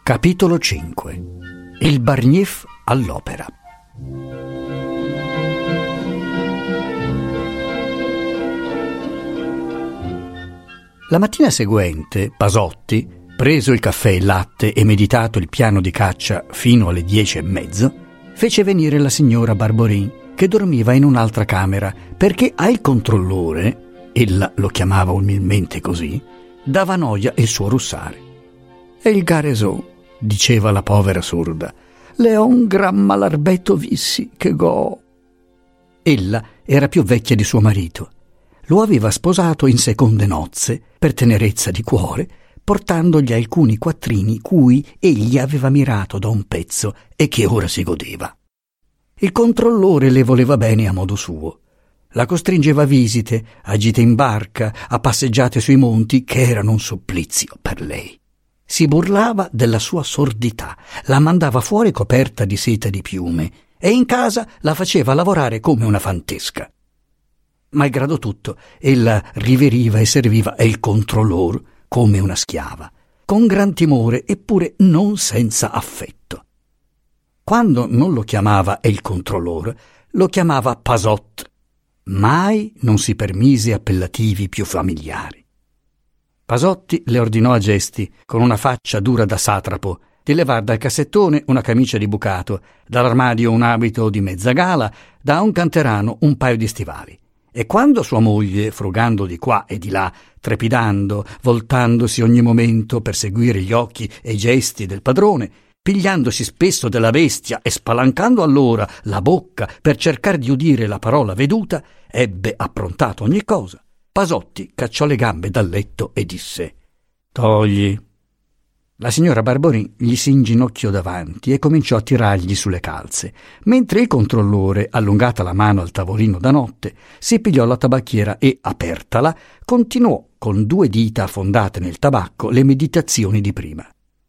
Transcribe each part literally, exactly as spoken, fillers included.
Capitolo cinque. Il Bargnif all'opera. La mattina seguente, Pasotti, preso il caffè e il latte e meditato il piano di caccia fino alle dieci e mezzo, fece venire la signora Barborin, che dormiva in un'altra camera, perché al controllore, ella lo chiamava umilmente così, dava noia il suo russare. «E il gareso», diceva la povera sorda, «le ho un gran malarbetto vissi che go». Ella era più vecchia di suo marito. Lo aveva sposato in seconde nozze, per tenerezza di cuore, portandogli alcuni quattrini cui egli aveva mirato da un pezzo e che ora si godeva. Il controllore le voleva bene a modo suo. La costringeva a visite, a gite in barca, a passeggiate sui monti che erano un supplizio per lei. Si burlava della sua sordità, la mandava fuori coperta di seta di piume e in casa la faceva lavorare come una fantesca. Malgrado tutto, ella riveriva e serviva il controllor come una schiava, con gran timore eppure non senza affetto. Quando non lo chiamava il controllor, lo chiamava Pasot. Mai non si permise appellativi più familiari. Pasotti le ordinò a gesti, con una faccia dura da satrapo, di levar dal cassettone una camicia di bucato, dall'armadio un abito di mezza gala, da un canterano un paio di stivali. E quando sua moglie, frugando di qua e di là, trepidando, voltandosi ogni momento per seguire gli occhi e i gesti del padrone, pigliandosi spesso della bestia e spalancando allora la bocca per cercare di udire la parola veduta, ebbe approntato ogni cosa, Pasotti cacciò le gambe dal letto e disse: «Togli». La signora Barborin gli si inginocchiò davanti e cominciò a tirargli sulle calze, mentre il controllore, allungata la mano al tavolino da notte, si pigliò la tabacchiera e, apertala, continuò con due dita affondate nel tabacco le meditazioni di prima.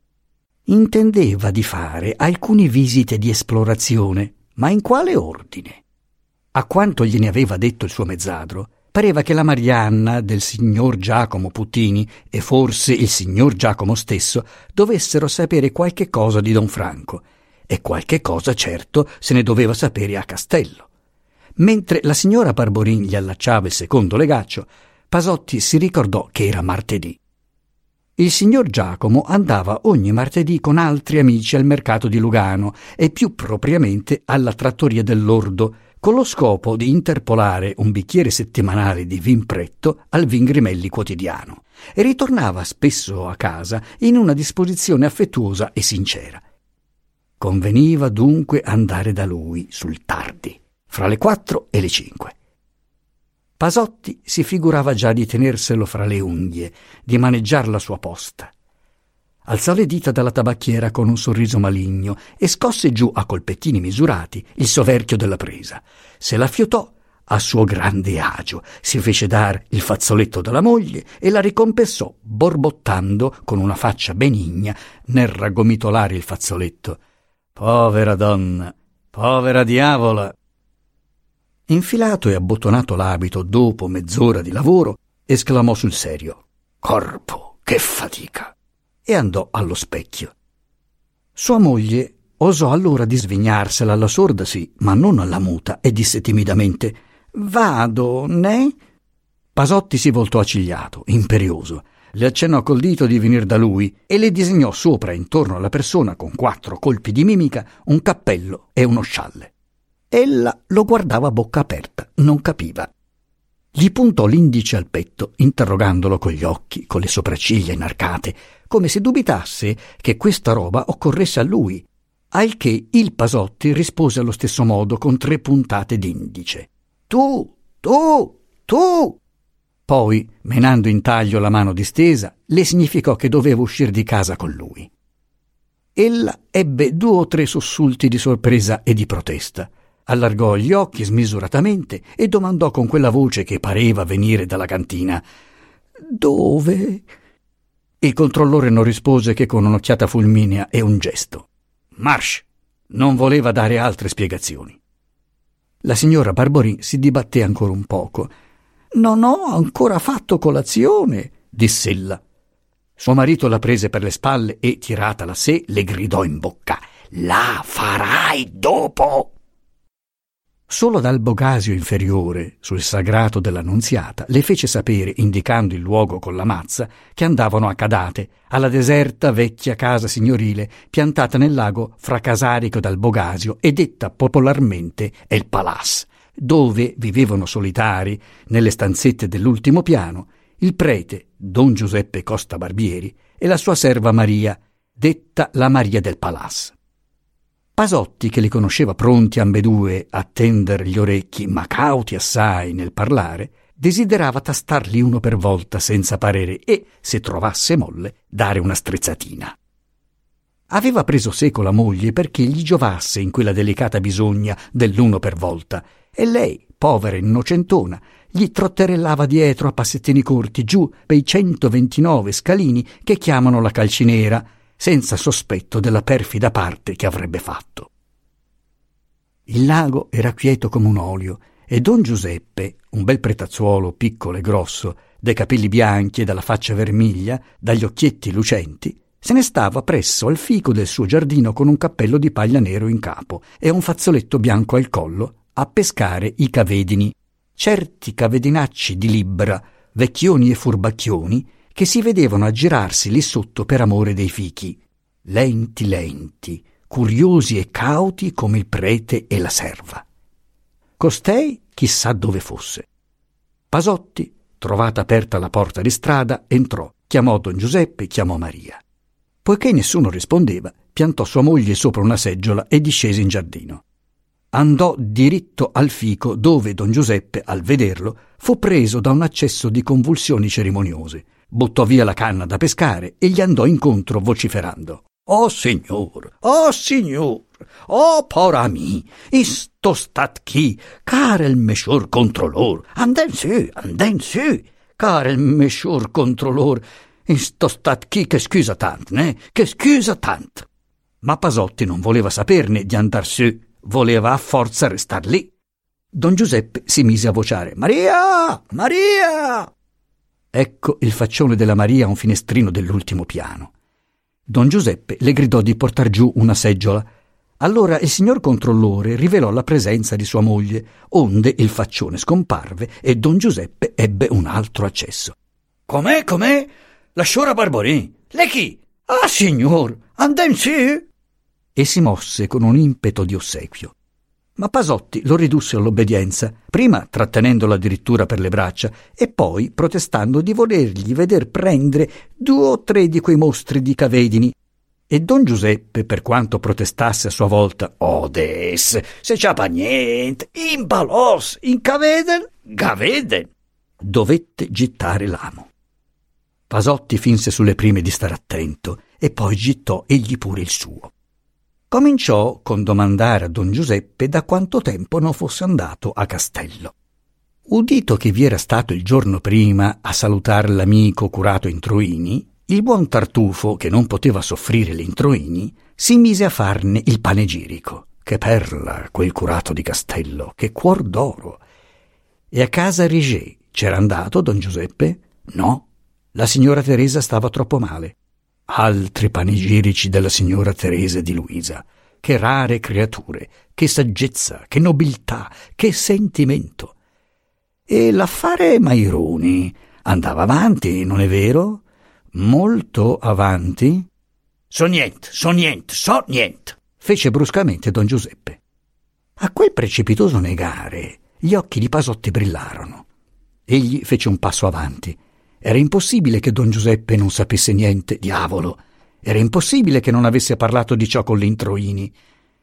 Intendeva di fare alcune visite di esplorazione, ma in quale ordine? A quanto gliene aveva detto il suo mezzadro, pareva che la Marianna del signor Giacomo Puttini e forse il signor Giacomo stesso dovessero sapere qualche cosa di Don Franco, e qualche cosa certo se ne doveva sapere a Castello. Mentre la signora Barborin gli allacciava il secondo legaccio, Pasotti si ricordò che era martedì. Il signor Giacomo andava ogni martedì con altri amici al mercato di Lugano e più propriamente alla trattoria del Lordo, con lo scopo di interpolare un bicchiere settimanale di vin pretto al Vin Grimelli quotidiano, e ritornava spesso a casa in una disposizione affettuosa e sincera. Conveniva dunque andare da lui sul tardi, fra le quattro e le cinque. Pasotti si figurava già di tenerselo fra le unghie, di maneggiar la sua posta. Alzò le dita dalla tabacchiera con un sorriso maligno e scosse giù a colpettini misurati il soverchio della presa. Se la fiutò a suo grande agio, si fece dar il fazzoletto dalla moglie e la ricompensò borbottando con una faccia benigna nel raggomitolare il fazzoletto. «Povera donna, povera diavola!» Infilato e abbottonato l'abito dopo mezz'ora di lavoro, esclamò sul serio: «Corpo, che fatica!» e andò allo specchio. Sua moglie osò allora di svignarsela alla sorda, sì, ma non alla muta, e disse timidamente: «Vado, né?» Pasotti si voltò accigliato, imperioso, le accennò col dito di venir da lui e le disegnò sopra e intorno alla persona, con quattro colpi di mimica, un cappello e uno scialle. Ella lo guardava a bocca aperta, non capiva. Gli puntò l'indice al petto, interrogandolo con gli occhi, con le sopracciglia inarcate, come se dubitasse che questa roba occorresse a lui, al che il Pasotti rispose allo stesso modo con tre puntate d'indice. «Tu, tu, tu!» Poi, menando in taglio la mano distesa, le significò che doveva uscire di casa con lui. Ella ebbe due o tre sussulti di sorpresa e di protesta. Allargò gli occhi smisuratamente e domandò con quella voce che pareva venire dalla cantina: «Dove?» Il controllore non rispose che con un'occhiata fulminea e un gesto. «Marche!» Non voleva dare altre spiegazioni. La signora Barborin si dibatté ancora un poco. «Non ho ancora fatto colazione», diss'ella. Suo marito la prese per le spalle e, tiratala a sé, le gridò in bocca: «La farai dopo!» Solo dal bogasio inferiore, sul sagrato dell'Annunziata, le fece sapere, indicando il luogo con la mazza, che andavano a Cadate, alla deserta vecchia casa signorile piantata nel lago fra Casarico dal Bogasio e detta popolarmente El Palàs, dove vivevano solitari, nelle stanzette dell'ultimo piano, il prete, don Giuseppe Costa Barbieri, e la sua serva Maria, detta la Maria del Palàs. Pasotti, che li conosceva pronti ambedue a tender gli orecchi, ma cauti assai nel parlare, desiderava tastarli uno per volta senza parere e, se trovasse molle, dare una strizzatina. Aveva preso seco la moglie perché gli giovasse in quella delicata bisogna dell'uno per volta, e lei, povera innocentona, gli trotterellava dietro a passettini corti giù pei centoventinove scalini che chiamano la Calcinera, senza sospetto della perfida parte che avrebbe fatto. Il lago era quieto come un olio e don Giuseppe, un bel pretazzuolo piccolo e grosso, dai capelli bianchi e dalla faccia vermiglia, dagli occhietti lucenti, se ne stava presso al fico del suo giardino con un cappello di paglia nero in capo e un fazzoletto bianco al collo a pescare i cavedini, certi cavedinacci di libbra, vecchioni e furbacchioni, che si vedevano aggirarsi lì sotto per amore dei fichi, lenti lenti, curiosi e cauti come il prete e la serva. Costei chissà dove fosse. Pasotti, trovata aperta la porta di strada, entrò, chiamò don Giuseppe, chiamò Maria. Poiché nessuno rispondeva, piantò sua moglie sopra una seggiola e discese in giardino. Andò diritto al fico dove don Giuseppe, al vederlo, fu preso da un accesso di convulsioni cerimoniose. Buttò via la canna da pescare e gli andò incontro vociferando: «Oh signor, oh signor, oh pora mi, isto stat chi, care il mescior controlor, anden su, anden su, care il mescior controlor, isto stat chi che scusa tant, ne, che scusa tant». Ma Pasotti non voleva saperne di andar su, voleva a forza restar lì. Don Giuseppe si mise a vociare: «Maria, Maria!» Ecco il faccione della Maria a un finestrino dell'ultimo piano. Don Giuseppe le gridò di portar giù una seggiola. Allora il signor controllore rivelò la presenza di sua moglie, onde il faccione scomparve e don Giuseppe ebbe un altro accesso. «Com'è, com'è? La sciora Barborin? Lei chi? Ah, signor, anden su!» E si mosse con un impeto di ossequio. Ma Pasotti lo ridusse all'obbedienza, prima trattenendolo addirittura per le braccia e poi protestando di volergli veder prendere due o tre di quei mostri di cavedini. E don Giuseppe, per quanto protestasse a sua volta: «Oh des, se c'ha pa niente, in balos, in caveden, gaveden», dovette gittare l'amo. Pasotti finse sulle prime di stare attento e poi gittò egli pure il suo. Cominciò con domandare a don Giuseppe da quanto tempo non fosse andato a Castello. Udito che vi era stato il giorno prima a salutare l'amico curato introini, il buon Tartufo, che non poteva soffrire l'introini, si mise a farne il panegirico. Che perla quel curato di Castello, che cuor d'oro! E a casa Rigé c'era andato don Giuseppe? No, la signora Teresa stava troppo male. Altri panegirici della signora Teresa di Luisa. Che rare creature, che saggezza, che nobiltà, che sentimento. E l'affare Maironi andava avanti, non è vero? Molto avanti? So niente, so niente, so niente, fece bruscamente don Giuseppe. A quel precipitoso negare gli occhi di Pasotti brillarono. Egli fece un passo avanti. Era impossibile che don Giuseppe non sapesse niente, diavolo. Era impossibile che non avesse parlato di ciò con l'Introini.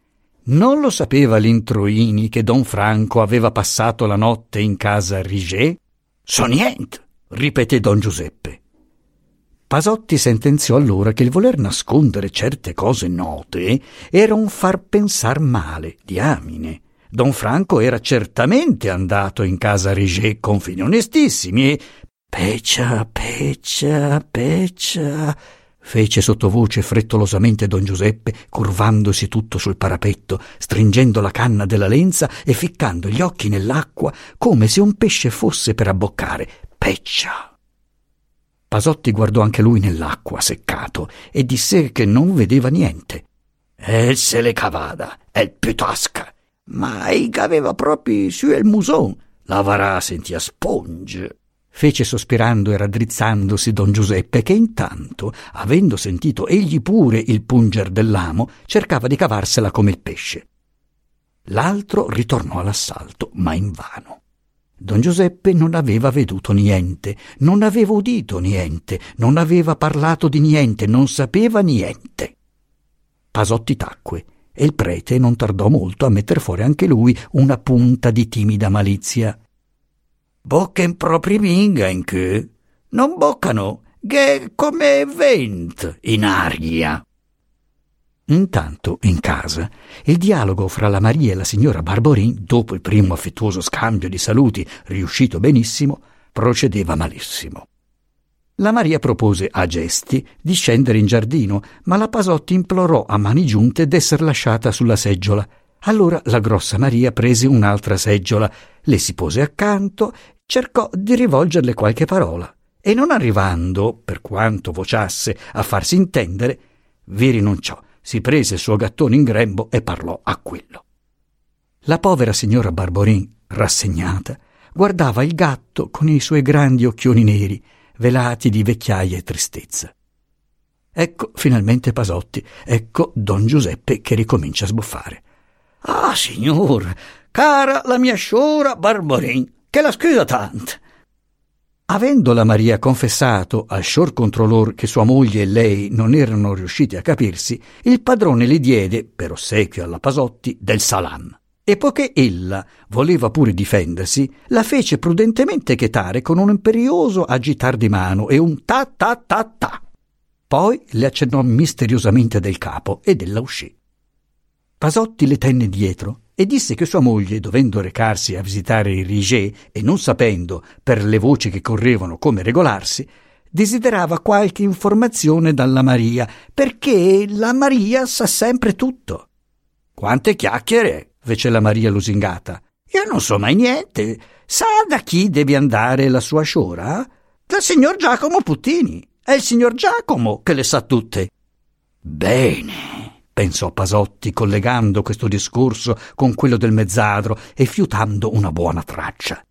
Non lo sapeva l'Introini che don Franco aveva passato la notte in casa Rigé? So niente, ripeté don Giuseppe. Pasotti sentenziò allora che il voler nascondere certe cose note era un far pensar male, diamine. Don Franco era certamente andato in casa Rigé con fini onestissimi e... «Peccia, peccia, peccia», fece sottovoce frettolosamente don Giuseppe, curvandosi tutto sul parapetto, stringendo la canna della lenza e ficcando gli occhi nell'acqua come se un pesce fosse per abboccare. «Peccia». Pasotti guardò anche lui nell'acqua, seccato, e disse che non vedeva niente. «E se le cavada, è il piutasca, ma ei aveva proprio su il muson, la varà sentia sponge», fece sospirando e raddrizzandosi don Giuseppe, che intanto, avendo sentito egli pure il punger dell'amo, cercava di cavarsela come il pesce. L'altro ritornò all'assalto, ma invano. Don Giuseppe non aveva veduto niente, non aveva udito niente, non aveva parlato di niente, non sapeva niente. Pasotti tacque e il prete non tardò molto a metter fuori anche lui una punta di timida malizia. «Bocken propri minga in che? Non boccano, che come vent in aria». Intanto, in casa, il dialogo fra la Maria e la signora Barborin, dopo il primo affettuoso scambio di saluti riuscito benissimo, procedeva malissimo. La Maria propose a gesti di scendere in giardino, ma la Pasotti implorò a mani giunte d'esser lasciata sulla seggiola. Allora la grossa Maria prese un'altra seggiola, le si pose accanto, cercò di rivolgerle qualche parola e non arrivando, per quanto vociasse, a farsi intendere, vi rinunciò. Si prese il suo gattone in grembo e parlò a quello. La povera signora Barborin, rassegnata, guardava il gatto con i suoi grandi occhioni neri, velati di vecchiaia e tristezza. Ecco finalmente Pasotti, ecco don Giuseppe che ricomincia a sbuffare. «Ah, signor, cara la mia sciora Barborin, che la scusa tanto!» Avendo la Maria confessato al scior controllor che sua moglie e lei non erano riusciti a capirsi, il padrone le diede, per ossequio alla Pasotti, del salam. E poiché ella voleva pure difendersi, la fece prudentemente chetare con un imperioso agitar di mano e un ta ta ta ta. Poi le accennò misteriosamente del capo ed ella uscì. Pasotti le tenne dietro e disse che sua moglie, dovendo recarsi a visitare il Riger e non sapendo, per le voci che correvano, come regolarsi, desiderava qualche informazione dalla Maria, perché la Maria sa sempre tutto. «Quante chiacchiere!» fece la Maria lusingata. «Io non so mai niente. Sa da chi deve andare la sua sciora? Dal signor Giacomo Puttini. È il signor Giacomo che le sa tutte». «Bene», pensò Pasotti, collegando questo discorso con quello del mezzadro e fiutando una buona traccia.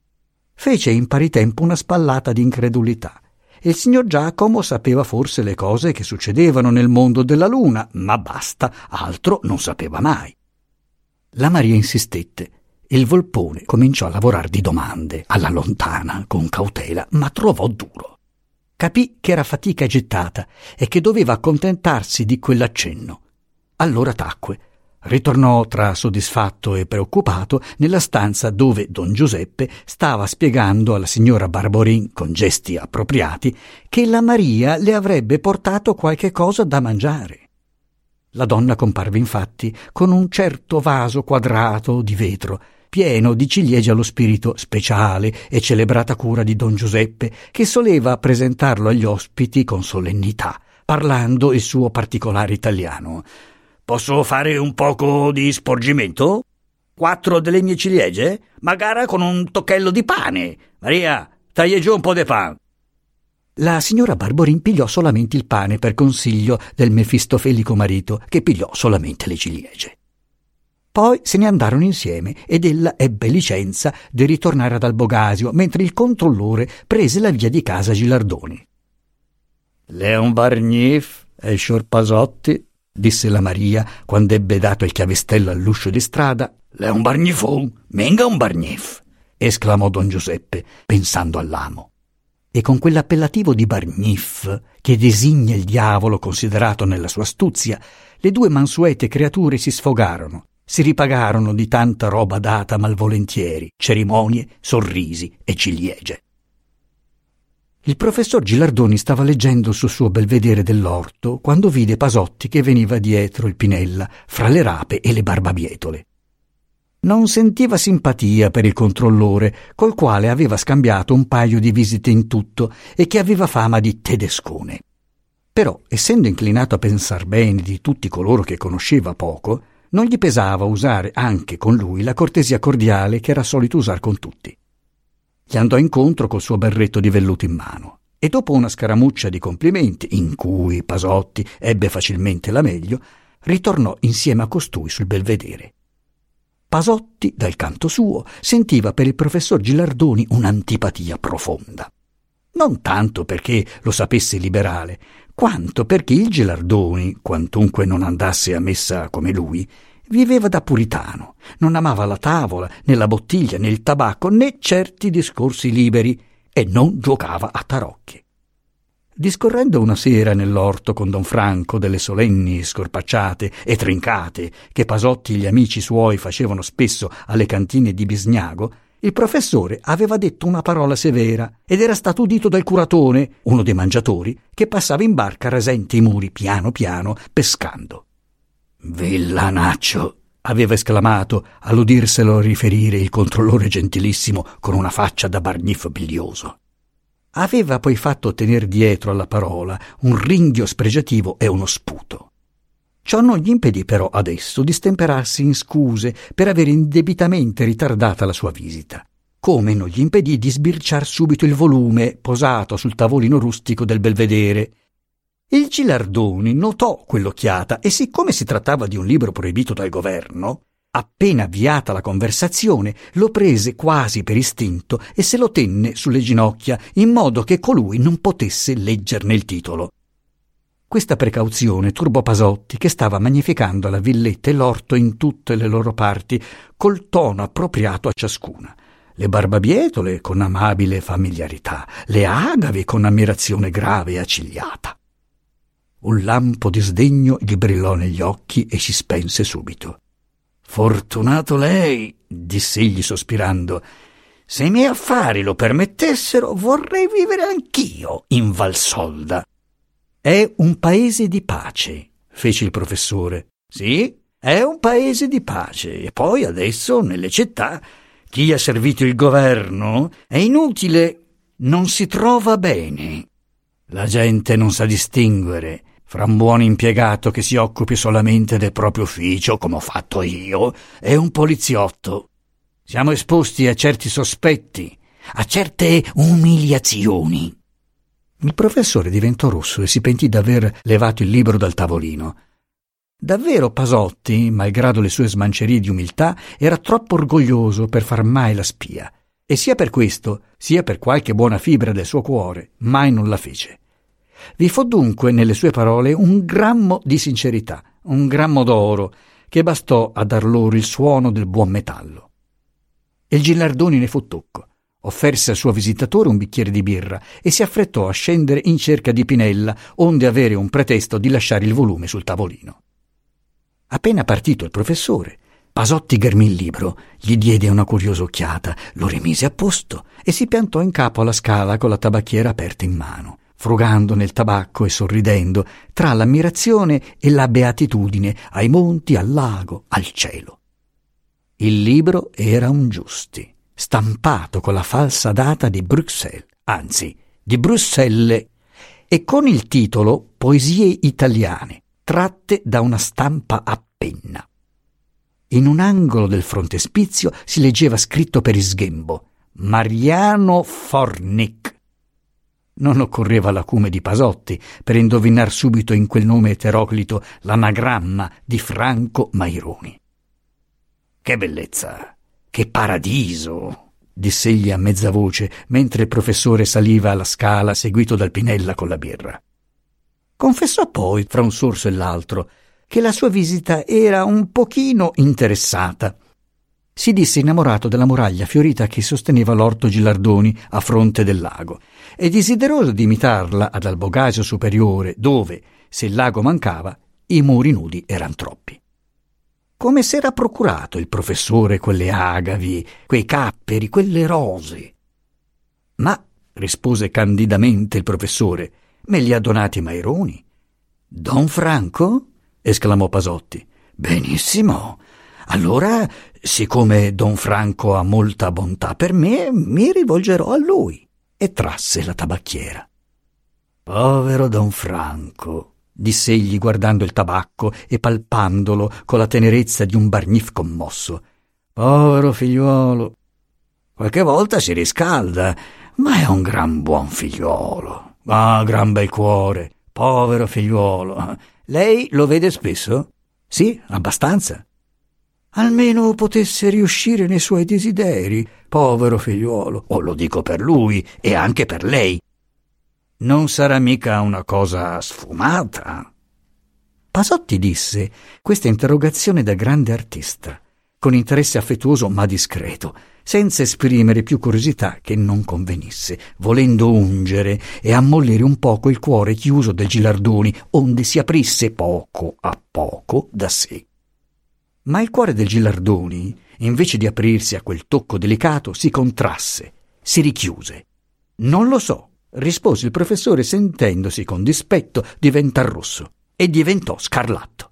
Fece in pari tempo una spallata di incredulità. Il signor Giacomo sapeva forse le cose che succedevano nel mondo della luna, ma basta, altro non sapeva mai. La Maria insistette. Il volpone cominciò a lavorar di domande, alla lontana, con cautela, ma trovò duro. Capì che era fatica gettata e che doveva accontentarsi di quell'accenno. Allora tacque. Ritornò tra soddisfatto e preoccupato nella stanza dove don Giuseppe stava spiegando alla signora Barborin, con gesti appropriati, che la Maria le avrebbe portato qualche cosa da mangiare. La donna comparve infatti con un certo vaso quadrato di vetro, pieno di ciliegie allo spirito, speciale e celebrata cura di don Giuseppe, che soleva presentarlo agli ospiti con solennità, parlando il suo particolare italiano. «Posso fare un poco di sporgimento? Quattro delle mie ciliegie? Magari con un tocchello di pane. Maria, tagli giù un po' di pane». La signora Barborin pigliò solamente il pane per consiglio del mefistofelico marito, che pigliò solamente le ciliegie. Poi se ne andarono insieme ed ella ebbe licenza di ritornare ad Albogasio, mentre il controllore prese la via di casa Gilardoni. «Leon Bargnif e scior Pasotti», disse la Maria quando ebbe dato il chiavestello all'uscio di strada. «Leon Bargnifon, menga un Bargnif», esclamò don Giuseppe, pensando all'amo. E con quell'appellativo di Bargnif, che designa il diavolo considerato nella sua astuzia, le due mansuete creature si sfogarono, si ripagarono di tanta roba data malvolentieri, cerimonie, sorrisi e ciliegie. Il professor Gilardoni stava leggendo sul suo belvedere dell'orto quando vide Pasotti che veniva dietro il Pinella, fra le rape e le barbabietole. Non sentiva simpatia per il controllore, col quale aveva scambiato un paio di visite in tutto e che aveva fama di tedescone. Però, essendo inclinato a pensar bene di tutti coloro che conosceva poco, non gli pesava usare anche con lui la cortesia cordiale che era solito usar con tutti. Gli andò incontro col suo berretto di velluto in mano. e dopo una scaramuccia di complimenti, in cui Pasotti ebbe facilmente la meglio, ritornò insieme a costui sul belvedere. Pasotti, dal canto suo, sentiva per il professor Gilardoni un'antipatia profonda. Non tanto perché lo sapesse liberale, quanto perché il Gilardoni, quantunque non andasse a messa come lui, viveva da puritano, non amava la tavola, né la bottiglia, né il tabacco, né certi discorsi liberi, e non giocava a tarocchi. Discorrendo una sera nell'orto con Don Franco delle solenni scorpacciate e trincate che Pasotti e gli amici suoi facevano spesso alle cantine di Bisgnago, il professore aveva detto una parola severa ed era stato udito dal curatore, uno dei mangiatori, che passava in barca rasente i muri piano piano pescando. «Villanaccio!» aveva esclamato all'udirselo riferire il controllore gentilissimo con una faccia da barniff bilioso. Aveva poi fatto tener dietro alla parola un ringhio spregiativo e uno sputo. Ciò non gli impedì però adesso di stemperarsi in scuse per aver indebitamente ritardata la sua visita, come non gli impedì di sbirciar subito il volume posato sul tavolino rustico del belvedere. Il Gilardoni notò quell'occhiata e, siccome si trattava di un libro proibito dal governo, appena avviata la conversazione, lo prese quasi per istinto e se lo tenne sulle ginocchia in modo che colui non potesse leggerne il titolo. Questa precauzione turbò Pasotti, che stava magnificando la villetta e l'orto in tutte le loro parti, col tono appropriato a ciascuna. Le barbabietole con amabile familiarità, le agavi con ammirazione grave e accigliata. Un lampo di sdegno gli brillò negli occhi e si spense subito. «Fortunato lei», diss'egli sospirando. «Se i miei affari lo permettessero, vorrei vivere anch'io in Valsolda». «È un paese di pace», fece il professore. «Sì, è un paese di pace, e poi adesso nelle città chi ha servito il governo è inutile, non si trova bene. La gente non sa distinguere fra un buon impiegato che si occupi solamente del proprio ufficio, come ho fatto io, e un poliziotto. Siamo esposti a certi sospetti, a certe umiliazioni». Il professore diventò rosso e si pentì d'aver levato il libro dal tavolino. Davvero Pasotti, malgrado le sue smancerie di umiltà, era troppo orgoglioso per far mai la spia, e sia per questo, sia per qualche buona fibra del suo cuore, mai non la fece. Vi fu dunque nelle sue parole un grammo di sincerità, un grammo d'oro, che bastò a dar loro il suono del buon metallo. E il Gilardoni ne fu tocco. Offerse al suo visitatore un bicchiere di birra e si affrettò a scendere in cerca di Pinella, onde avere un pretesto di lasciare il volume sul tavolino. Appena partito il professore, Pasotti ghermì il libro, gli diede una curiosa occhiata, lo rimise a posto e si piantò in capo alla scala con la tabacchiera aperta in mano, frugando nel tabacco e sorridendo tra l'ammirazione e la beatitudine ai monti, al lago, al cielo. Il libro era un Giusti, stampato con la falsa data di Bruxelles, anzi, di Bruxelles, e con il titolo Poesie italiane, tratte da una stampa a penna. In un angolo del frontespizio si leggeva scritto per isghembo Mariano Fornic. Non occorreva l'acume di Pasotti per indovinar subito in quel nome eteroclito l'anagramma di Franco Maironi. «Che bellezza! Che paradiso!» diss'egli a mezza voce mentre il professore saliva alla scala seguito dal Pinella con la birra. Confessò poi, fra un sorso e l'altro, che la sua visita era un pochino interessata. Si disse innamorato della muraglia fiorita che sosteneva l'orto Gilardoni a fronte del lago e desideroso di imitarla ad Albogasio Superiore, dove, se il lago mancava, i muri nudi eran troppi. Come s'era procurato il professore quelle agavi, quei capperi, quelle rose? «Ma», rispose candidamente il professore, «me li ha donati Maironi». «Don Franco?» esclamò Pasotti. «Benissimo. Allora, siccome Don Franco ha molta bontà per me, mi rivolgerò a lui». E trasse la tabacchiera. «Povero Don Franco», diss'egli guardando il tabacco e palpandolo con la tenerezza di un barniff commosso. «Povero figliuolo. Qualche volta si riscalda, ma è un gran buon figliuolo. Ah, gran bel cuore, povero figliuolo. Lei lo vede spesso? Sì, abbastanza. Almeno potesse riuscire nei suoi desideri, povero figliuolo. O lo dico per lui e anche per lei. Non sarà mica una cosa sfumata? Pasotti disse questa interrogazione da grande artista, con interesse affettuoso ma discreto, senza esprimere più curiosità che non convenisse, volendo ungere e ammollire un poco il cuore chiuso del Gilardoni, onde si aprisse poco a poco da sé. Ma il cuore del Gilardoni, invece di aprirsi a quel tocco delicato, si contrasse, si richiuse. «Non lo so», rispose il professore sentendosi con dispetto diventar rosso, e diventò scarlatto.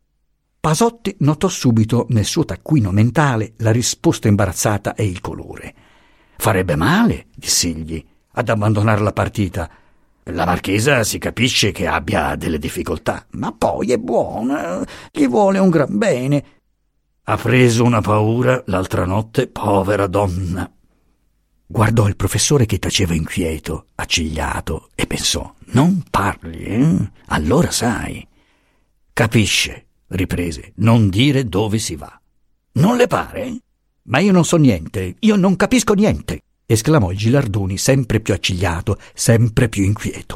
Pasotti notò subito nel suo taccuino mentale la risposta imbarazzata e il colore. «Farebbe male», diss'egli, «ad abbandonare la partita. La marchesa si capisce che abbia delle difficoltà, ma poi è buona, gli vuole un gran bene. Ha preso una paura l'altra notte, povera donna». Guardò il professore che taceva inquieto, accigliato, e pensò: «Non parli, eh? Allora sai». «Capisce», riprese, «non dire dove si va». «Non le pare?» «Ma io non so niente, io non capisco niente», esclamò il Gilardoni sempre più accigliato, sempre più inquieto.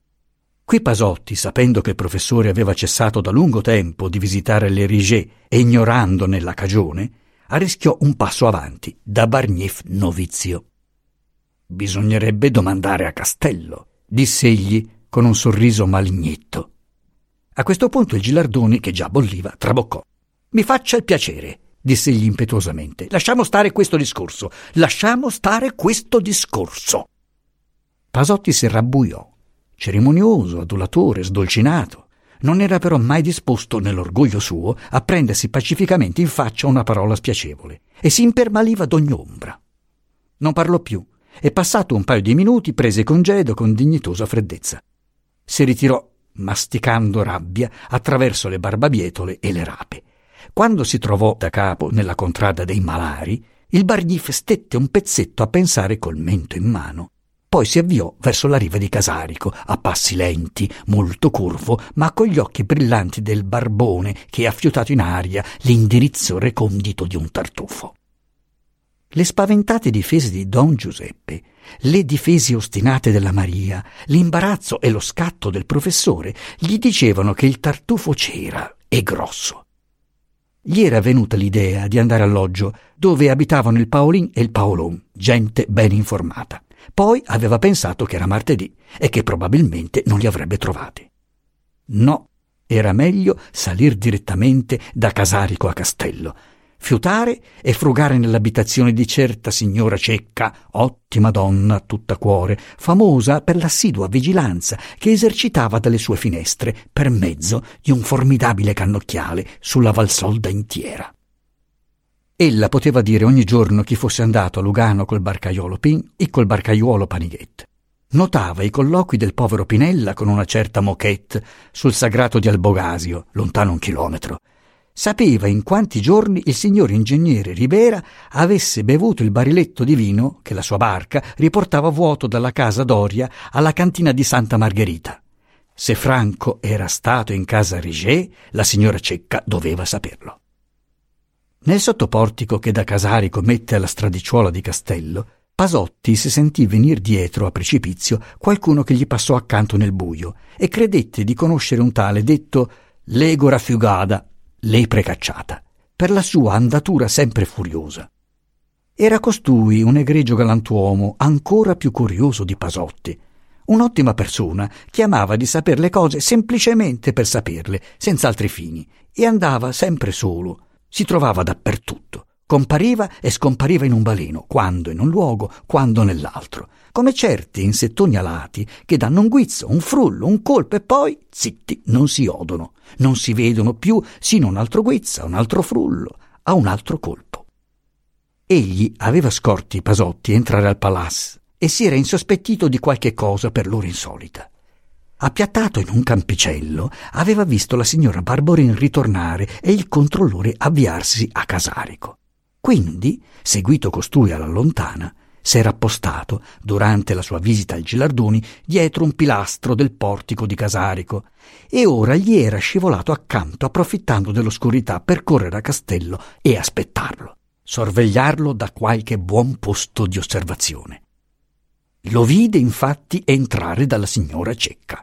Qui Pasotti, sapendo che il professore aveva cessato da lungo tempo di visitare le Rigée e ignorandone la cagione, arrischiò un passo avanti, da Bargnef novizio. «Bisognerebbe domandare a Castello», diss'egli con un sorriso malignetto. A questo punto il Gilardoni, che già bolliva, traboccò. «Mi faccia il piacere», diss'egli impetuosamente. «Lasciamo stare questo discorso, lasciamo stare questo discorso». Pasotti si rabbuiò, cerimonioso, adulatore, sdolcinato. Non era però mai disposto, nell'orgoglio suo, a prendersi pacificamente in faccia una parola spiacevole, e si impermaliva d'ogni ombra. Non parlò più, e passato un paio di minuti prese congedo con dignitosa freddezza. Si ritirò, masticando rabbia, attraverso le barbabietole e le rape. Quando si trovò da capo nella contrada dei Malari, il Bargnif stette un pezzetto a pensare col mento in mano. Poi si avviò verso la riva di Casarico, a passi lenti, molto curvo, ma con gli occhi brillanti del barbone che, affiutato in aria, l'indirizzo recondito di un tartufo. Le spaventate difese di Don Giuseppe, le difese ostinate della Maria, l'imbarazzo e lo scatto del professore gli dicevano che il tartufo c'era, e grosso. Gli era venuta l'idea di andare alloggio dove abitavano il Paolin e il Paolon, gente ben informata. Poi aveva pensato che era martedì e che probabilmente non li avrebbe trovati. No, era meglio salir direttamente da Casarico a Castello, fiutare e frugare nell'abitazione di certa signora Cecca, ottima donna tutta cuore, famosa per l'assidua vigilanza che esercitava dalle sue finestre per mezzo di un formidabile cannocchiale sulla Valsolda intiera. Ella poteva dire ogni giorno chi fosse andato a Lugano col barcaiolo Pin e col barcaiuolo Panighet. Notava i colloqui del povero Pinella con una certa Moquette sul sagrato di Albogasio, lontano un chilometro. Sapeva in quanti giorni il signor ingegnere Ribera avesse bevuto il bariletto di vino che la sua barca riportava vuoto dalla casa Doria alla cantina di Santa Margherita. Se Franco era stato in casa Rigée, la signora Cecca doveva saperlo. Nel sottoportico che da Casarico mette alla stradicciuola di Castello, Pasotti si sentì venir dietro a precipizio qualcuno che gli passò accanto nel buio e credette di conoscere un tale detto Legora Fiugada, lepre cacciata, per la sua andatura sempre furiosa. Era costui un egregio galantuomo ancora più curioso di Pasotti, un'ottima persona che amava di saper le cose semplicemente per saperle, senza altri fini, e andava sempre solo, si trovava dappertutto, compariva e scompariva in un baleno, quando in un luogo, quando nell'altro, come certi insettoni alati che danno un guizzo, un frullo, un colpo e poi, zitti, non si odono, non si vedono più sino un altro guizzo, un altro frullo, a un altro colpo. Egli aveva scorti Pasotti entrare al Palazzo e si era insospettito di qualche cosa per loro insolita. Appiattato in un campicello, aveva visto la signora Barborin ritornare e il controllore avviarsi a Casarico. Quindi, seguito costui alla lontana, s'era appostato, durante la sua visita al Gilardoni, dietro un pilastro del portico di Casarico e ora gli era scivolato accanto approfittando dell'oscurità per correre a Castello e aspettarlo, sorvegliarlo da qualche buon posto di osservazione. Lo vide infatti entrare dalla signora Cecca.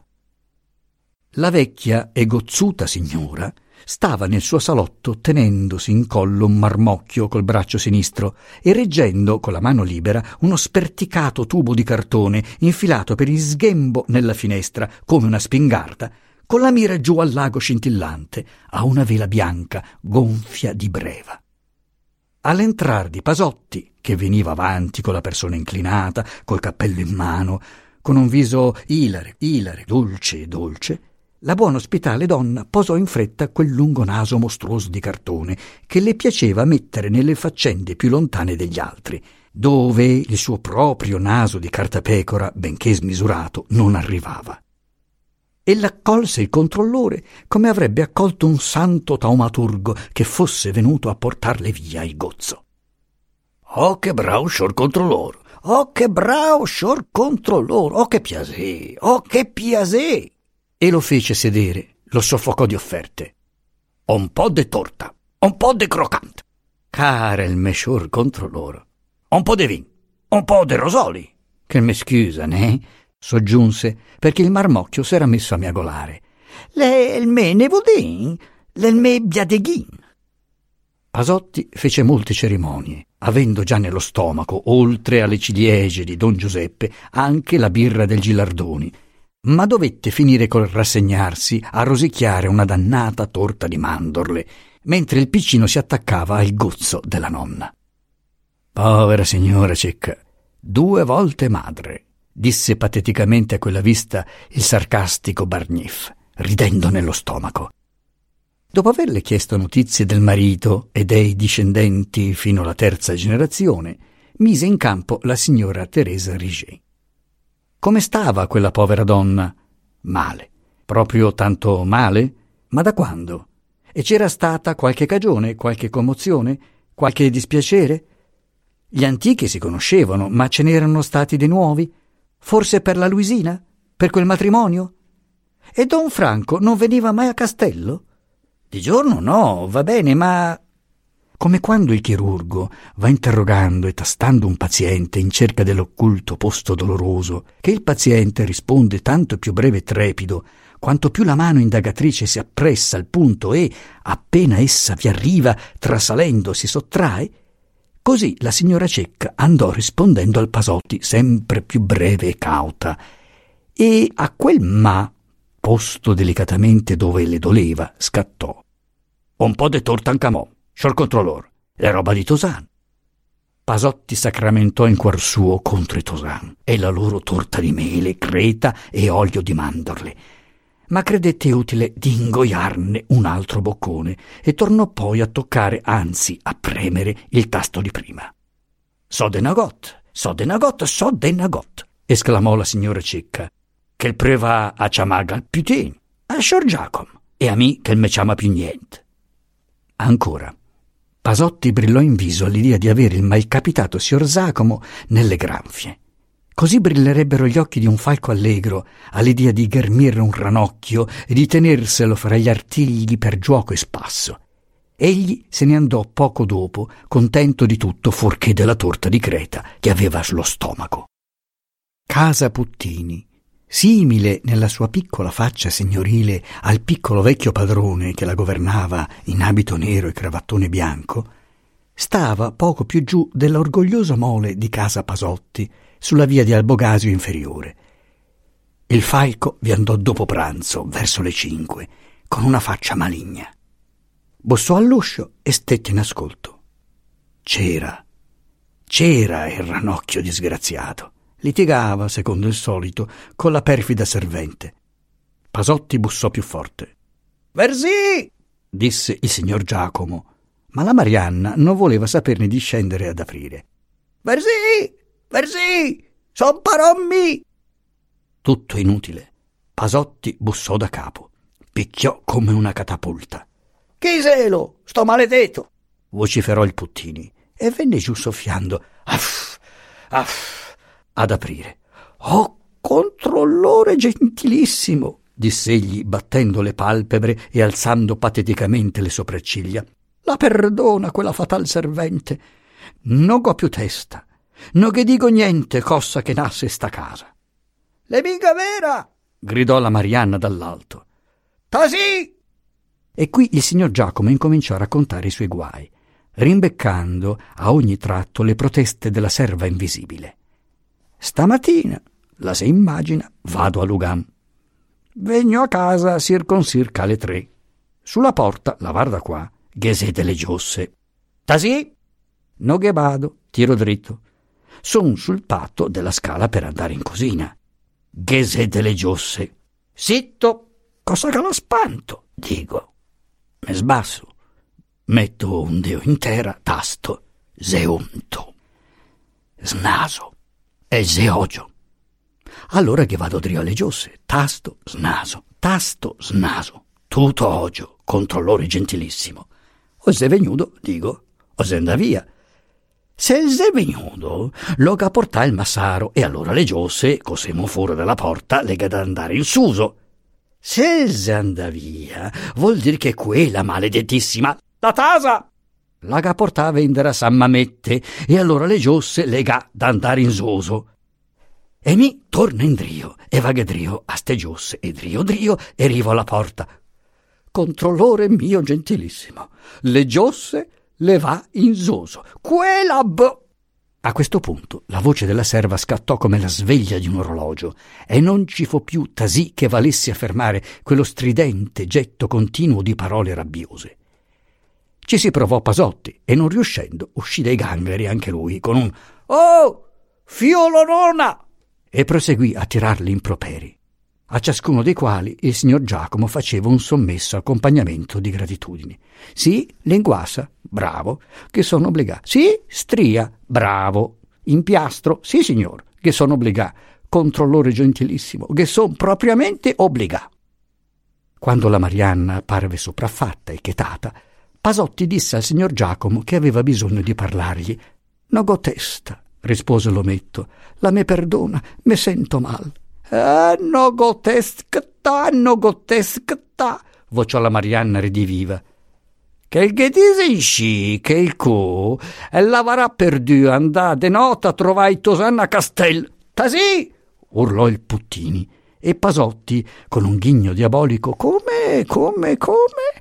La vecchia e gozzuta signora stava nel suo salotto tenendosi in collo un marmocchio col braccio sinistro e reggendo con la mano libera uno sperticato tubo di cartone infilato per il sghembo nella finestra come una spingarda, con la mira giù al lago scintillante, a una vela bianca gonfia di breva. All'entrar di Pasotti, che veniva avanti con la persona inclinata, col cappello in mano, con un viso ilare, ilare, dolce, dolce, la buona ospitale donna posò in fretta quel lungo naso mostruoso di cartone che le piaceva mettere nelle faccende più lontane degli altri, dove il suo proprio naso di cartapecora, benché smisurato, non arrivava. E l'accolse il controllore come avrebbe accolto un santo taumaturgo che fosse venuto a portarle via il gozzo. «Oh, che bravo, signor controllore! Oh, che bravo, signor controllore! Oh, che piacere! Oh, che piacere!» E lo fece sedere, lo soffocò di offerte. «Un po' de torta, un po' de croccante, cara il mescior controllore, un po' de vin, un po' de rosoli, che me scusa, ne?» soggiunse, perché il marmocchio s'era messo a miagolare. «Le il me nevodin, le il me biadeghin». Pasotti fece molte cerimonie, avendo già nello stomaco, oltre alle ciliegie di don Giuseppe, anche la birra del Gilardoni, ma dovette finire col rassegnarsi a rosicchiare una dannata torta di mandorle, mentre il piccino si attaccava al gozzo della nonna. «Povera signora Cecca, due volte madre», disse pateticamente a quella vista il sarcastico Barniff, ridendo nello stomaco. Dopo averle chiesto notizie del marito e dei discendenti fino alla terza generazione, mise in campo la signora Teresa Riget. Come stava quella povera donna? Male. Proprio tanto male? Ma da quando? E c'era stata qualche cagione, qualche commozione, qualche dispiacere? Gli antichi si conoscevano, ma ce n'erano stati dei nuovi? Forse per la Luisina? Per quel matrimonio? E don Franco non veniva mai a Castello? Di giorno no, va bene, ma... Come quando il chirurgo va interrogando e tastando un paziente in cerca dell'occulto posto doloroso, che il paziente risponde tanto più breve e trepido, quanto più la mano indagatrice si appressa al punto e, appena essa vi arriva, trasalendo si sottrae, così la signora Cecca andò rispondendo al Pasotti sempre più breve e cauta, e a quel ma, posto delicatamente dove le doleva, scattò. «Un po' de torta anche a mo', signor controllore, è roba di Tosan». Pasotti sacramentò in cuor suo contro i Tosan e la loro torta di mele, creta e olio di mandorle, ma credette utile di ingoiarne un altro boccone e tornò poi a toccare, anzi a premere il tasto di prima. «So de nagot, so de nagot, so de nagot», esclamò la signora Cecca, che il preva a ciamaga più tin, a signor Giacom, e a mi che il me ciama più niente. Ancora. Pasotti brillò in viso all'idea di avere il malcapitato signor Giacomo nelle granfie. Così brillerebbero gli occhi di un falco allegro all'idea di ghermire un ranocchio e di tenerselo fra gli artigli per giuoco e spasso. Egli se ne andò poco dopo, contento di tutto fuorché della torta di creta che aveva sullo stomaco. Casa Puttini, simile nella sua piccola faccia signorile al piccolo vecchio padrone che la governava in abito nero e cravattone bianco, stava poco più giù della orgogliosa mole di casa Pasotti, sulla via di Albogasio inferiore. Il falco vi andò dopo pranzo, verso le cinque, con una faccia maligna. Bussò all'uscio e stette in ascolto. C'era, c'era il ranocchio disgraziato. Litigava, secondo il solito, con la perfida servente. Pasotti bussò più forte. «Versì!» disse il signor Giacomo, ma la Marianna non voleva saperne di scendere ad aprire. «Versì! Versì! Son parommi!» Tutto inutile. Pasotti bussò da capo. Picchiò come una catapulta. «Chi selo? Sto maledetto!» vociferò il Puttini e venne giù soffiando. «Aff! Aff, ad aprire. «Oh, controllore gentilissimo», diss'egli battendo le palpebre e alzando pateticamente le sopracciglia. «La perdona quella fatal servente. Non ho più testa. Non che dico niente cosa che nasse sta casa». «Le mica vera!» gridò la Marianna dall'alto. «Tasì!» E qui il signor Giacomo incominciò a raccontare i suoi guai, rimbeccando a ogni tratto le proteste della serva invisibile. «Stamattina, la se immagina, vado a Lugan. Vegno a casa circoncirca alle tre. Sulla porta, la guarda qua, che siete le giosse. Tasì? No che vado, tiro dritto. Son sul patto della scala per andare in cosina. Che siete le giosse. Zitto, cosa che lo spanto, dico. Me sbasso, metto un deo in terra, tasto, zeunto. Snaso e zeogio. Allora che vado drio alle giosse, tasto, snaso, tasto, snaso, tutto ogio, controllore gentilissimo. O se venuto, dico, o se anda via. Se se venuto, lo che portà il massaro, e allora le giosse, cosemo fuori dalla porta, le che da andare in suso. Se se anda via, vuol dire che quella maledettissima, la tasa, la che portà a vendere a San Mamette, e allora le giosse le ga da andare in suso. E mi torna in drio, e vaga drio a ste giosse, e drio drio, e arrivo alla porta. Controllore mio gentilissimo, le giosse le va in zoso. Quella b... A questo punto la voce della serva scattò come la sveglia di un orologio e non ci fu più tasì che valesse a fermare quello stridente getto continuo di parole rabbiose. Ci si provò Pasotti e non riuscendo uscì dai gangheri anche lui con un «Oh, fiolorona!» e proseguì a tirarli improperi, a ciascuno dei quali il signor Giacomo faceva un sommesso accompagnamento di gratitudine. «Sì, linguassa, bravo, che sono obbligato. Sì, stria, bravo. Impiastro, sì signor, che sono obbligato. Controllore gentilissimo, che son propriamente obbligato». Quando la Marianna parve sopraffatta e chetata, Pasotti disse al signor Giacomo che aveva bisogno di parlargli. «No go testa», rispose l'ometto, «la me perdona, me sento mal». «Eh, no go testa, no go testa», vociò la Marianna ridiviva. «Che il che dici che il co e lavarà per Dio andate nota trovai Tosanna Castel. Tasì!» urlò il Puttini, e Pasotti, con un ghigno diabolico, «Come, come, come?»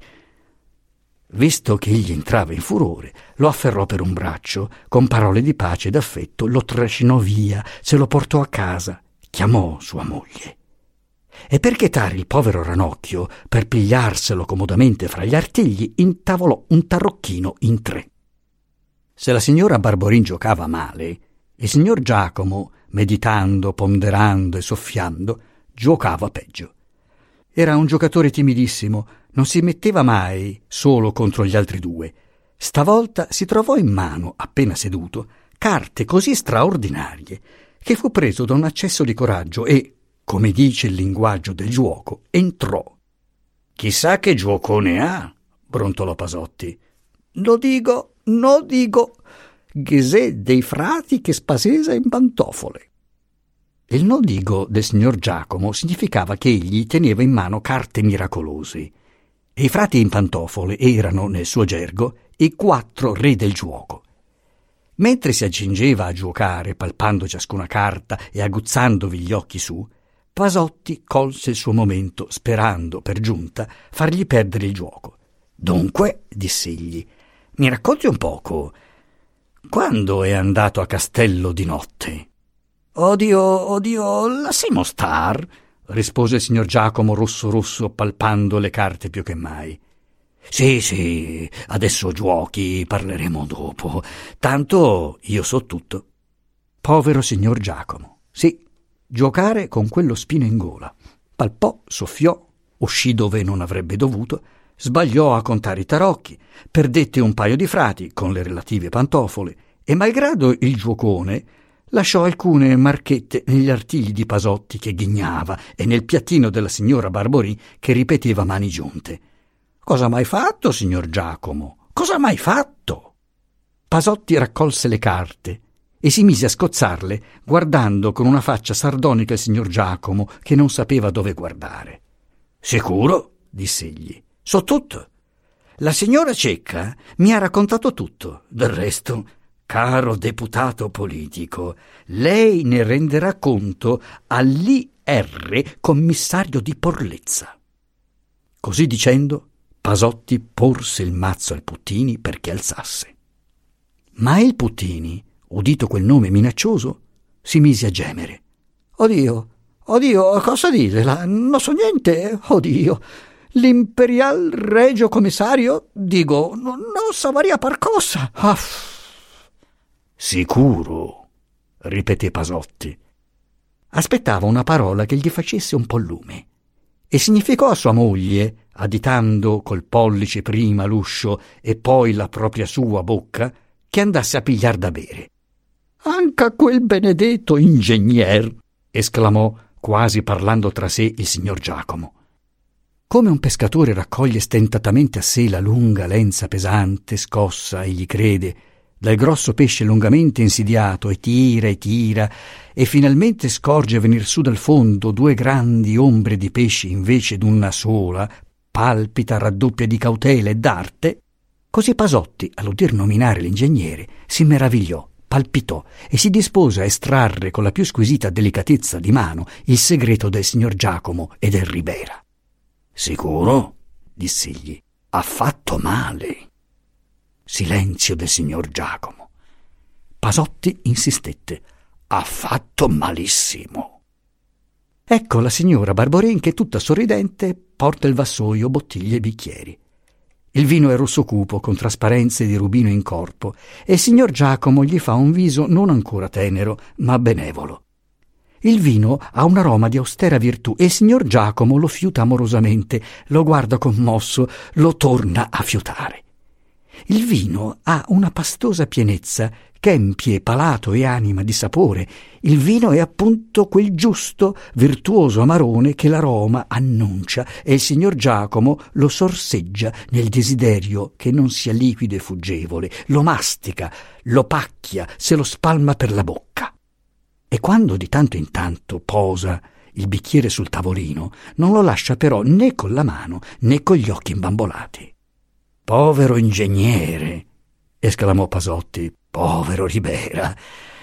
Visto che egli entrava in furore, lo afferrò per un braccio, con parole di pace e d'affetto lo trascinò via, se lo portò a casa, chiamò sua moglie. E per chetare il povero ranocchio, per pigliarselo comodamente fra gli artigli, intavolò un tarocchino in tre. Se la signora Barborin giocava male, il signor Giacomo, meditando, ponderando e soffiando, giocava peggio. Era un giocatore timidissimo, non si metteva mai solo contro gli altri due. Stavolta si trovò in mano, appena seduto, carte così straordinarie che fu preso da un accesso di coraggio e, come dice il linguaggio del giuoco, entrò. «Chissà che giuocone ha», brontolò Pasotti. «Lo dico, no dico, Gesè dei frati che spasesa in pantofole». Il no dico del signor Giacomo significava che egli teneva in mano carte miracolose, e i frati in pantofole erano, nel suo gergo, i quattro re del giuoco. Mentre si accingeva a giocare, palpando ciascuna carta e aguzzandovi gli occhi su, Pasotti colse il suo momento, sperando, per giunta, fargli perdere il giuoco. «Dunque», diss'egli, «mi racconti un poco, quando è andato a Castello di notte?» «Odio, odio, lasciamo star», rispose il signor Giacomo rosso rosso, palpando le carte più che mai. «Sì, sì, adesso giochi, parleremo dopo. Tanto io so tutto». Povero signor Giacomo. Sì, giocare con quello spino in gola. Palpò, soffiò, uscì dove non avrebbe dovuto, sbagliò a contare i tarocchi, perdette un paio di frati con le relative pantofole e, malgrado il giuocone, lasciò alcune marchette negli artigli di Pasotti che ghignava e nel piattino della signora Barborin che ripeteva a mani giunte. «Cosa mai fatto, signor Giacomo? Cosa mai fatto?» Pasotti raccolse le carte e si mise a scozzarle, guardando con una faccia sardonica il signor Giacomo, che non sapeva dove guardare. «Sicuro?» diss'egli. «So tutto. La signora Cecca mi ha raccontato tutto. Del resto, caro deputato politico, lei ne renderà conto all'I R commissario di Porlezza». Così dicendo, Pasotti porse il mazzo al Puttini perché alzasse. Ma il Puttini, udito quel nome minaccioso, si mise a gemere. «Oddio, oddio, cosa dite? La, non so niente, oddio. L'imperial regio commissario? Digo, non, non so varia par cosa. Ah. «Sicuro?» ripeté Pasotti. Aspettava una parola che gli facesse un po' lume e significò a sua moglie, additando col pollice prima l'uscio e poi la propria sua bocca, che andasse a pigliar da bere. «Anche quel benedetto ingegner!» esclamò, quasi parlando tra sé, il signor Giacomo. Come un pescatore raccoglie stentatamente a sé la lunga lenza pesante, scossa, egli crede, dal grosso pesce lungamente insidiato, e tira e tira, e finalmente scorge venir su dal fondo due grandi ombre di pesci invece d'una sola, palpita, raddoppia di cautela e d'arte, così Pasotti, all'udir nominare l'ingegnere, si meravigliò, palpitò e si dispose a estrarre con la più squisita delicatezza di mano il segreto del signor Giacomo e del Ribera. «Sicuro?» diss'egli. «Ha fatto male». Silenzio del signor Giacomo. Pasotti insistette. «Ha fatto malissimo». Ecco la signora Barborin che, tutta sorridente, porta il vassoio, bottiglie e bicchieri. Il vino è rosso cupo, con trasparenze di rubino in corpo, e il signor Giacomo gli fa un viso non ancora tenero, ma benevolo. Il vino ha un aroma di austera virtù e il signor Giacomo lo fiuta amorosamente, lo guarda commosso, lo torna a fiutare. Il vino ha una pastosa pienezza che empie palato e anima di sapore. Il vino è appunto quel giusto, virtuoso amarone che l'aroma annuncia e il signor Giacomo lo sorseggia nel desiderio che non sia liquido e fuggevole, lo mastica, lo pacchia, se lo spalma per la bocca. E quando di tanto in tanto posa il bicchiere sul tavolino, non lo lascia però né con la mano né con gli occhi imbambolati. «Povero ingegnere!» esclamò Pasotti. «Povero Ribera!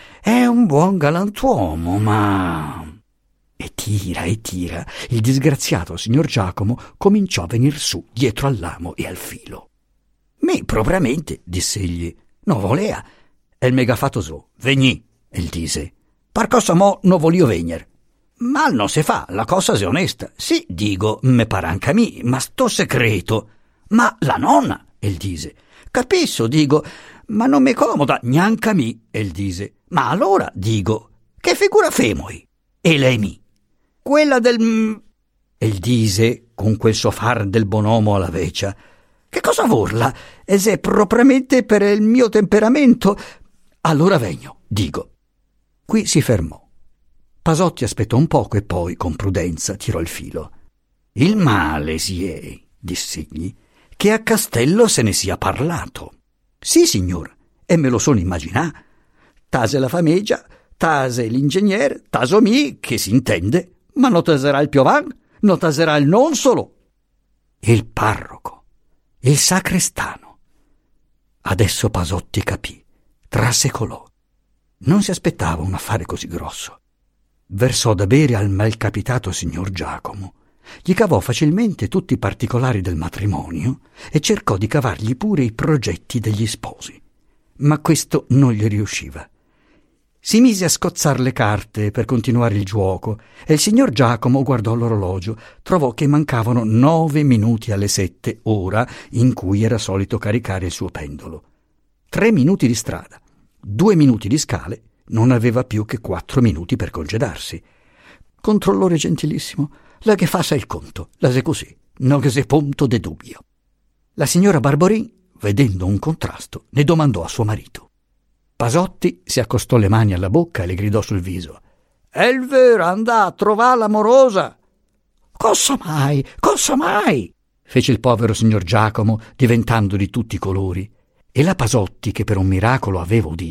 È un buon galantuomo, ma...» E tira e tira, il disgraziato signor Giacomo cominciò a venir su dietro all'amo e al filo. «Mi propriamente», diss'egli, «no volea, el mega fatto so, vegni», el dise. «Par cosa mo no volio vegner. Mal non se fa, la cosa se onesta. Sì, digo, me pare anche a mi, ma sto secreto. Ma la nonna», el dise. «Capisso, digo, ma non mi comoda neanche a mi», el dise. «Ma allora, digo, che figura femoi?» E lei mi. «Quella del...» el dise, con quel suo far del bonomo alla vecchia. «Che cosa vorla? E se propriamente per il mio temperamento...» «Allora vegno», digo. Qui si fermò. Pasotti aspettò un poco e poi, con prudenza, tirò il filo. «Il male si è», diss'egli, «che a Castello se ne sia parlato». «Sì, signor, e me lo sono immaginà. Tase la famiglia, tase l'ingegnere, taso mi, che si intende, ma non taserà il piovan, non taserà il non solo. E il parroco, e il sacrestano». Adesso Pasotti capì, trasecolò. Non si aspettava un affare così grosso. Versò da bere al malcapitato signor Giacomo, gli cavò facilmente tutti i particolari del matrimonio e cercò di cavargli pure i progetti degli sposi. Ma questo non gli riusciva. Si mise a scozzar le carte per continuare il giuoco e il signor Giacomo guardò l'orologio, trovò che mancavano nove minuti alle sette, ora in cui era solito caricare il suo pendolo. Tre minuti di strada, due minuti di scale, non aveva più che quattro minuti per congedarsi. «Controllore gentilissimo, la che fa sa il conto, la se così, non che se punto de dubbio». La signora Barborin, vedendo un contrasto, ne domandò a suo marito. Pasotti si accostò le mani alla bocca e le gridò sul viso: «È il vero, andà a trovare l'amorosa!» «Cosa mai? Cosa mai?» fece il povero signor Giacomo, diventando di tutti i colori, e la Pasotti, che per un miracolo aveva udito,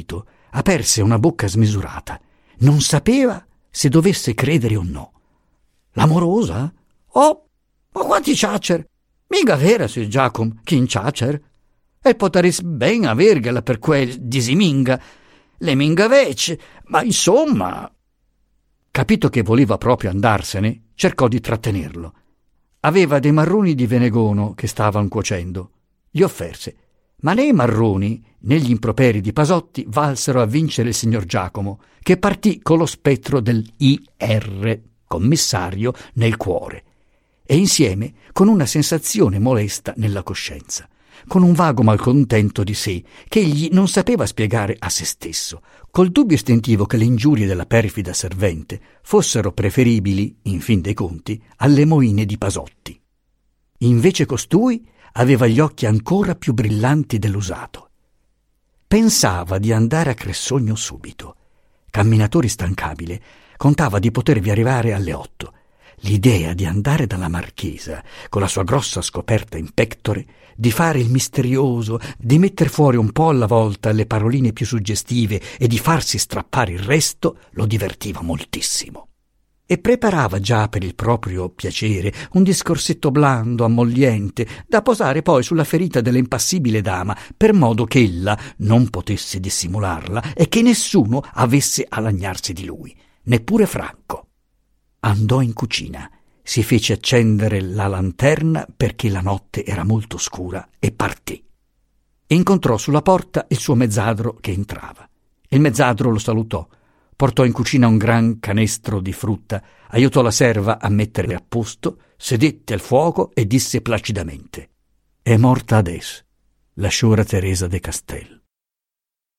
aperse una bocca smisurata. Non sapeva se dovesse credere o no. L'amorosa? Oh, ma quanti ciacer! Mica vera, Sir Giacom, chi in ciacer? E potaris ben avergela per quel disiminga. Le minga vece, ma insomma... Capito che voleva proprio andarsene, cercò di trattenerlo. Aveva dei marroni di Venegono che stavano cuocendo. Gli offerse, ma né i marroni né gli improperi di Pasotti valsero a vincere il signor Giacomo, che partì con lo spettro del I R, commissario, nel cuore, e insieme con una sensazione molesta nella coscienza, con un vago malcontento di sé che egli non sapeva spiegare a se stesso, col dubbio istintivo che le ingiurie della perfida servente fossero preferibili, in fin dei conti, alle moine di Pasotti. Invece costui aveva gli occhi ancora più brillanti dell'usato. Pensava di andare a Cressogno subito. Camminatore instancabile, contava di potervi arrivare alle otto. L'idea di andare dalla marchesa con la sua grossa scoperta in pectore, di fare il misterioso, di metter fuori un po' alla volta le paroline più suggestive e di farsi strappare il resto, lo divertiva moltissimo. E preparava già per il proprio piacere un discorsetto blando, ammogliente, da posare poi sulla ferita dell'impassibile dama, per modo che ella non potesse dissimularla e che nessuno avesse a lagnarsi di lui, neppure Franco. Andò in cucina, si fece accendere la lanterna perché la notte era molto scura e partì. Incontrò sulla porta il suo mezzadro che entrava. Il mezzadro lo salutò, portò in cucina un gran canestro di frutta, aiutò la serva a mettere a posto, sedette al fuoco e disse placidamente: «È morta adesso la sciora Teresa de Castel».